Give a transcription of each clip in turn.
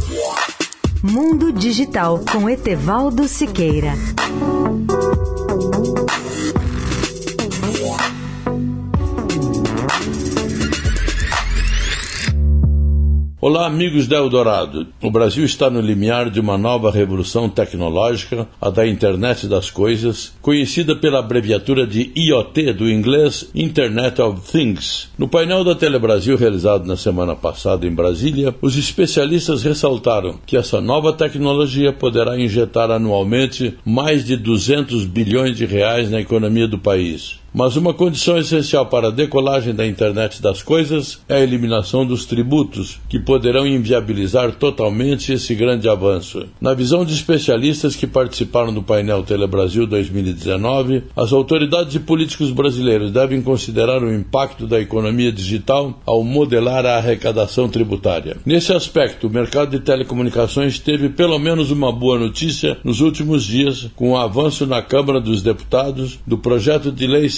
Mundo Digital com Etevaldo Siqueira. Olá, amigos da Eldorado. O Brasil está no limiar de uma nova revolução tecnológica, a da Internet das Coisas, conhecida pela abreviatura de IoT, do inglês Internet of Things. No painel da Telebrasil realizado na semana passada em Brasília, os especialistas ressaltaram que essa nova tecnologia poderá injetar anualmente mais de 200 bilhões de reais na economia do país. Mas uma condição essencial para a decolagem da Internet das Coisas é a eliminação dos tributos, que poderão inviabilizar totalmente esse grande avanço. Na visão de especialistas que participaram do painel Telebrasil 2019, as autoridades e políticos brasileiros devem considerar o impacto da economia digital ao modelar a arrecadação tributária. Nesse aspecto, o mercado de telecomunicações teve pelo menos uma boa notícia nos últimos dias, com o avanço na Câmara dos Deputados do projeto de lei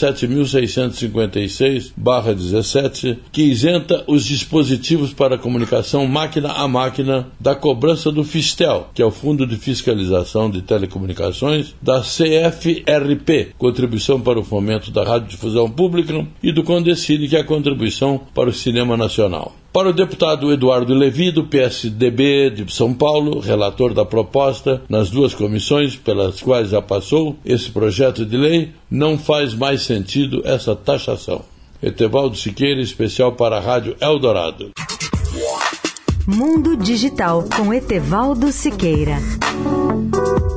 7.656/17, que isenta os dispositivos para comunicação máquina a máquina da cobrança do Fistel, que é o Fundo de Fiscalização de Telecomunicações, da CFRP, Contribuição para o Fomento da Radiodifusão Pública, e do Condecine, que é a Contribuição para o Cinema Nacional. Para o deputado Eduardo Levi, do PSDB de São Paulo, relator da proposta nas duas comissões pelas quais já passou esse projeto de lei, não faz mais sentido essa taxação. Etevaldo Siqueira, especial para a Rádio Eldorado. Mundo Digital com Etevaldo Siqueira.